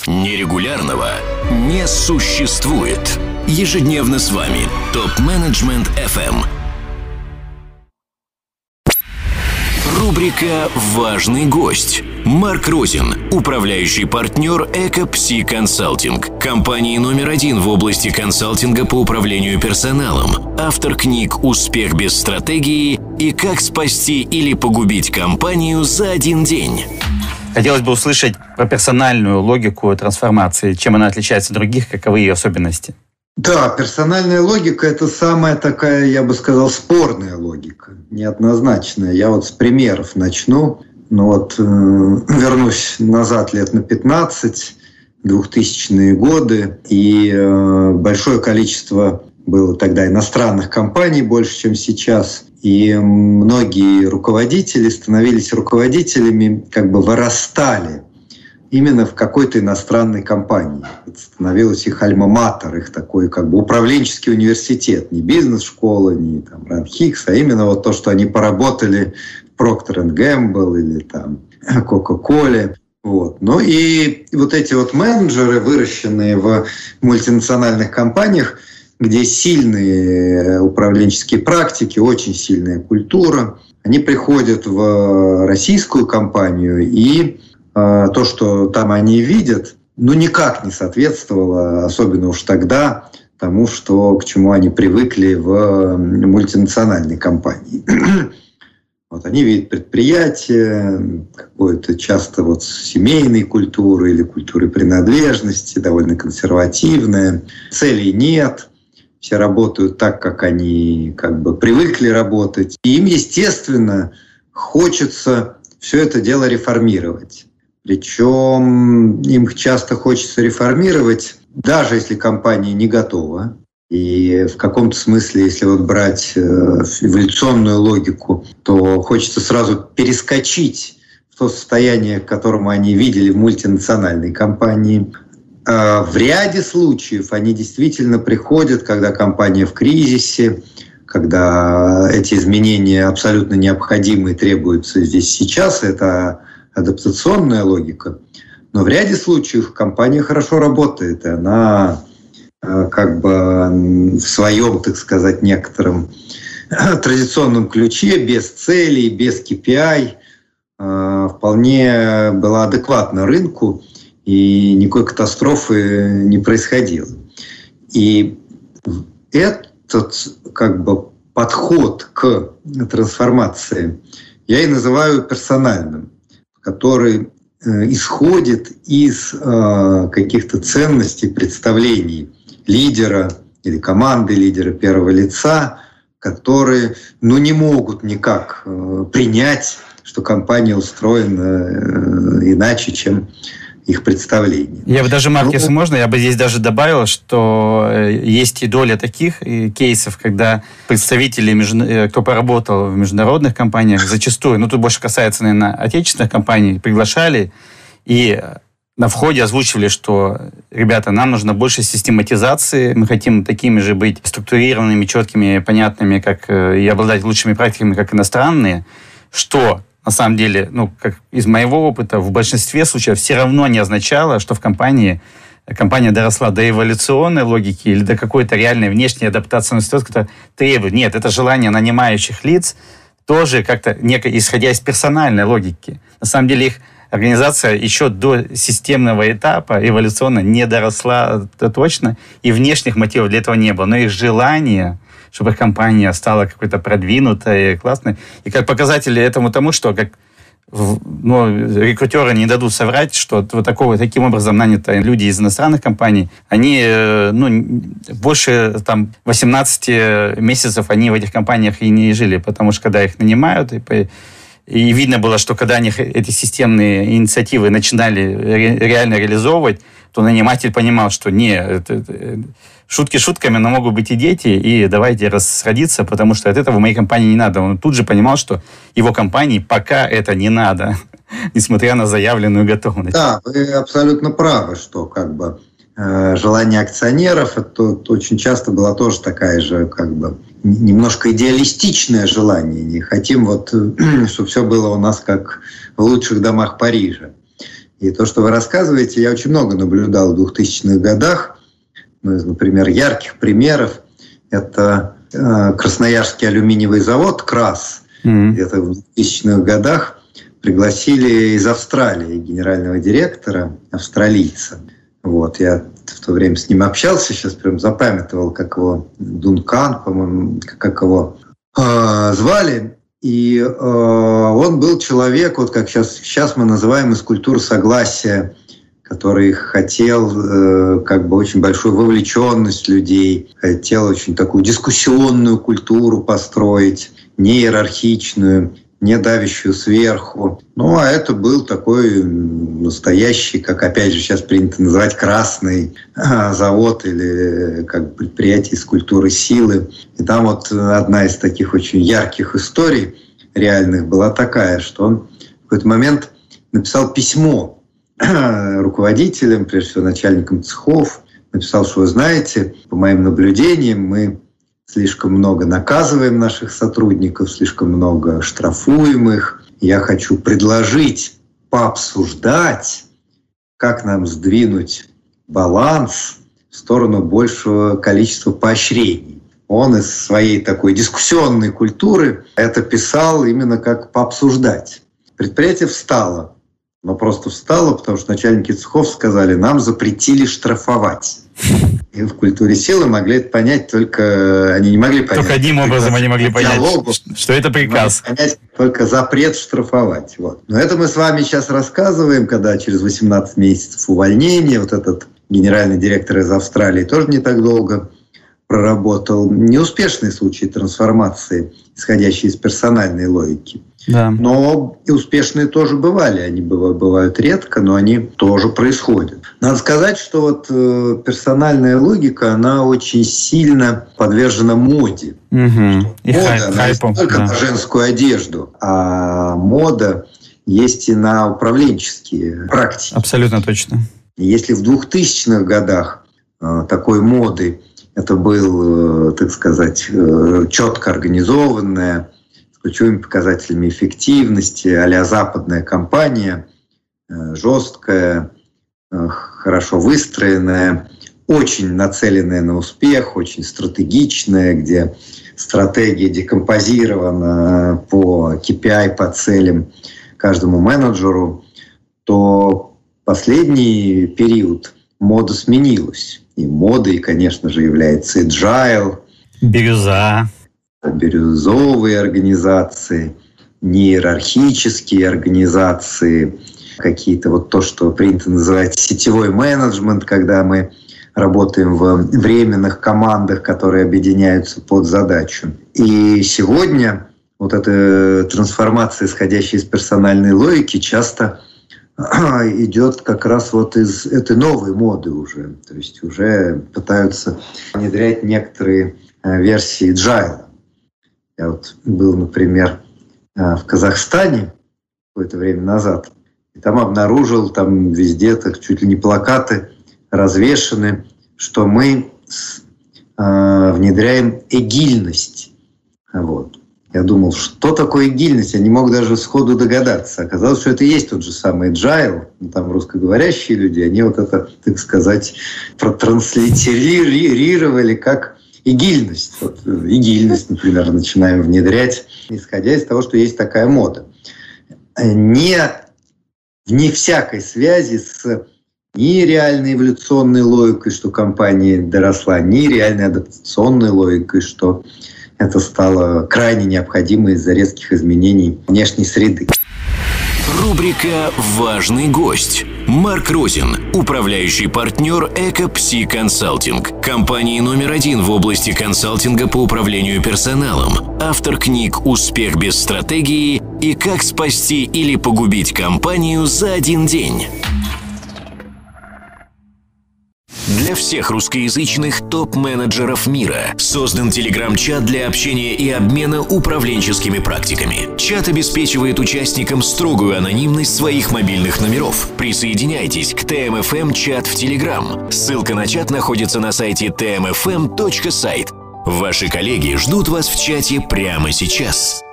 Нерегулярного не существует. Ежедневно с вами ТОП-менеджмент FM. Рубрика «Важный гость». Марк Розин, управляющий партнер Экопси Консалтинг, компании номер 1 в области консалтинга по управлению персоналом, автор книг «Успех без стратегии» и «Как спасти или погубить компанию за один день». Хотелось бы услышать про персональную логику трансформации, чем она отличается от других, каковы ее особенности. Да, персональная логика – это самая такая, я бы сказал, спорная логика, неоднозначная. Я вот с примеров начну. Вернусь назад лет на 15, 2000-е годы, и большое количество было тогда иностранных компаний, больше, чем сейчас. И многие руководители становились руководителями, вырастали именно в какой-то иностранной компании. Это становилось их альма-матер, их такой управленческий университет. Не бизнес-школа, не РАН-Хикс, а именно то, что они поработали в Procter & Gamble или Coca-Cola. Ну и эти менеджеры, выращенные в мультинациональных компаниях, где сильные управленческие практики, очень сильная культура, они приходят в российскую компанию, и то, что там они видят, никак не соответствовало, особенно уж тогда, тому, к чему они привыкли в мультинациональной компании. Они видят предприятие, какое-то часто семейной культуры или культуры принадлежности, довольно консервативное, целей нет. Все работают так, как они привыкли работать. И им, естественно, хочется все это дело реформировать. Причем им часто хочется реформировать, даже если компания не готова. И в каком-то смысле, если брать эволюционную логику, то хочется сразу перескочить в то состояние, к которому они видели в мультинациональной компании. В ряде случаев они действительно приходят, когда компания в кризисе, когда эти изменения абсолютно необходимы и требуются здесь сейчас. Это адаптационная логика. Но в ряде случаев компания хорошо работает, и она в своем, некотором традиционном ключе, без целей, без KPI, вполне была адекватна рынку, и никакой катастрофы не происходило. И этот подход к трансформации я и называю персональным, который исходит из каких-то ценностей, представлений лидера или команды лидера первого лица, которые не могут никак принять, что компания устроена иначе, чем их представление. Я бы даже, Марк, если можно, я бы здесь даже добавил, что есть и доля таких кейсов, когда представители, кто поработал в международных компаниях, зачастую, тут больше касается, наверное, отечественных компаний, приглашали и на входе озвучивали, что, ребята, нам нужно больше систематизации, мы хотим такими же быть структурированными, четкими, понятными, как и обладать лучшими практиками, как иностранные, что на самом деле, как из моего опыта, в большинстве случаев все равно не означало, что в компания доросла до эволюционной логики или до какой-то реальной внешней адаптации на ситуацию, которая требует. Нет, это желание нанимающих лиц тоже как-то, исходя из персональной логики. На самом деле их организация еще до системного этапа эволюционно не доросла точно, и внешних мотивов для этого не было. Но их желание, чтобы их компания стала какой-то продвинутой и классной. И как показатель этому тому, что рекрутеры не дадут соврать, что таким образом нанятые люди из иностранных компаний, они больше 18 месяцев они в этих компаниях и не жили, потому что когда их нанимают, и видно было, что когда они эти системные инициативы начинали реально реализовывать, то наниматель понимал, что шутки шутками, но могут быть и дети, и давайте расходиться, потому что от этого в моей компании не надо. Он тут же понимал, что его компании пока это не надо, несмотря на заявленную готовность. Да, вы абсолютно правы, что желание акционеров, это очень часто было тоже такая же, немножко идеалистичное желание. Не хотим, чтобы все было у нас как в лучших домах Парижа. И то, что вы рассказываете, я очень много наблюдал в 2000-х годах. Например, ярких примеров – это Красноярский алюминиевый завод «КРАС». Где-то в 2000-х годах пригласили из Австралии генерального директора, австралийца. Вот, я в то время с ним общался, сейчас прям запамятовал, как его Дункан, по-моему, как его звали. И он был человек, вот как сейчас мы называем из культуры согласия, который хотел как бы очень большую вовлеченность людей, хотел очень такую дискуссионную культуру построить, не иерархичную, не давящую сверху. Ну, а это был такой настоящий, как опять же сейчас принято называть, красный завод или как предприятие из культуры силы. И там вот одна из таких очень ярких историй реальных была такая, что он в какой-то момент написал письмо руководителям, прежде всего начальникам цехов, написал, что вы знаете, по моим наблюдениям, мы слишком много наказываем наших сотрудников, слишком много штрафуем их. Я хочу предложить пообсуждать, как нам сдвинуть баланс в сторону большего количества поощрений. Он из своей такой дискуссионной культуры это писал именно как пообсуждать. Предприятие встало, но просто встало, потому что начальники цехов сказали, нам запретили штрафовать. И в культуре силы могли это понять только... Они не могли понять... Только одним образом они могли понять, что это приказ. Понять только запрет штрафовать. Вот. Но это мы с вами сейчас рассказываем, когда через 18 месяцев увольнения вот этот генеральный директор из Австралии тоже не так долго проработал. Неуспешные случаи трансформации, исходящие из персональной логики. Да. Но и успешные тоже бывали. Они бывают редко, но они тоже происходят. Надо сказать, что вот персональная логика, она очень сильно подвержена моде. Угу. И мода, она не только на женскую одежду, а мода есть и на управленческие практики. Абсолютно точно. Если в 2000-х годах такой моды это был, так сказать, четко организованная, с ключевыми показателями эффективности, а-ля западная компания, жесткая, хорошо выстроенная, очень нацеленная на успех, очень стратегичная, где стратегия декомпозирована по KPI, по целям каждому менеджеру, то последний период мода сменилась. И модой, конечно же, является agile, бирюза, бирюзовые организации, неиерархические организации, какие-то вот то, что принято называть сетевой менеджмент, когда мы работаем в временных командах, которые объединяются под задачу. И сегодня вот эта трансформация, исходящая из персональной логики, часто идет как раз вот из этой новой моды уже. То есть уже пытаются внедрять некоторые версии agile. Я вот был, например, в Казахстане какое-то время назад, и там обнаружил, там везде так чуть ли не плакаты развешаны, что мы внедряем эгильность. Вот. Я думал, что такое эгильность? Я не мог даже сходу догадаться. Оказалось, что это и есть тот же самый agile. Там русскоговорящие люди, они вот это, так сказать, протранслитерировали как эгильность. Вот, эгильность, например, начинаем внедрять, исходя из того, что есть такая мода. Вне всякой связи с ни реальной эволюционной логикой, что компания доросла, ни реальной адаптационной логикой, что это стало крайне необходимо из-за резких изменений внешней среды. Рубрика «Важный гость». Марк Розин, управляющий партнер «ЭКО-ПСИ Консалтинг», компании номер 1 в области консалтинга по управлению персоналом, автор книг «Успех без стратегии» и «Как спасти или погубить компанию за один день». Для всех русскоязычных топ-менеджеров мира создан телеграм-чат для общения и обмена управленческими практиками. Чат обеспечивает участникам строгую анонимность своих мобильных номеров. Присоединяйтесь к ТМФМ-чат в Телеграм. Ссылка на чат находится на сайте tmfm.site. Ваши коллеги ждут вас в чате прямо сейчас.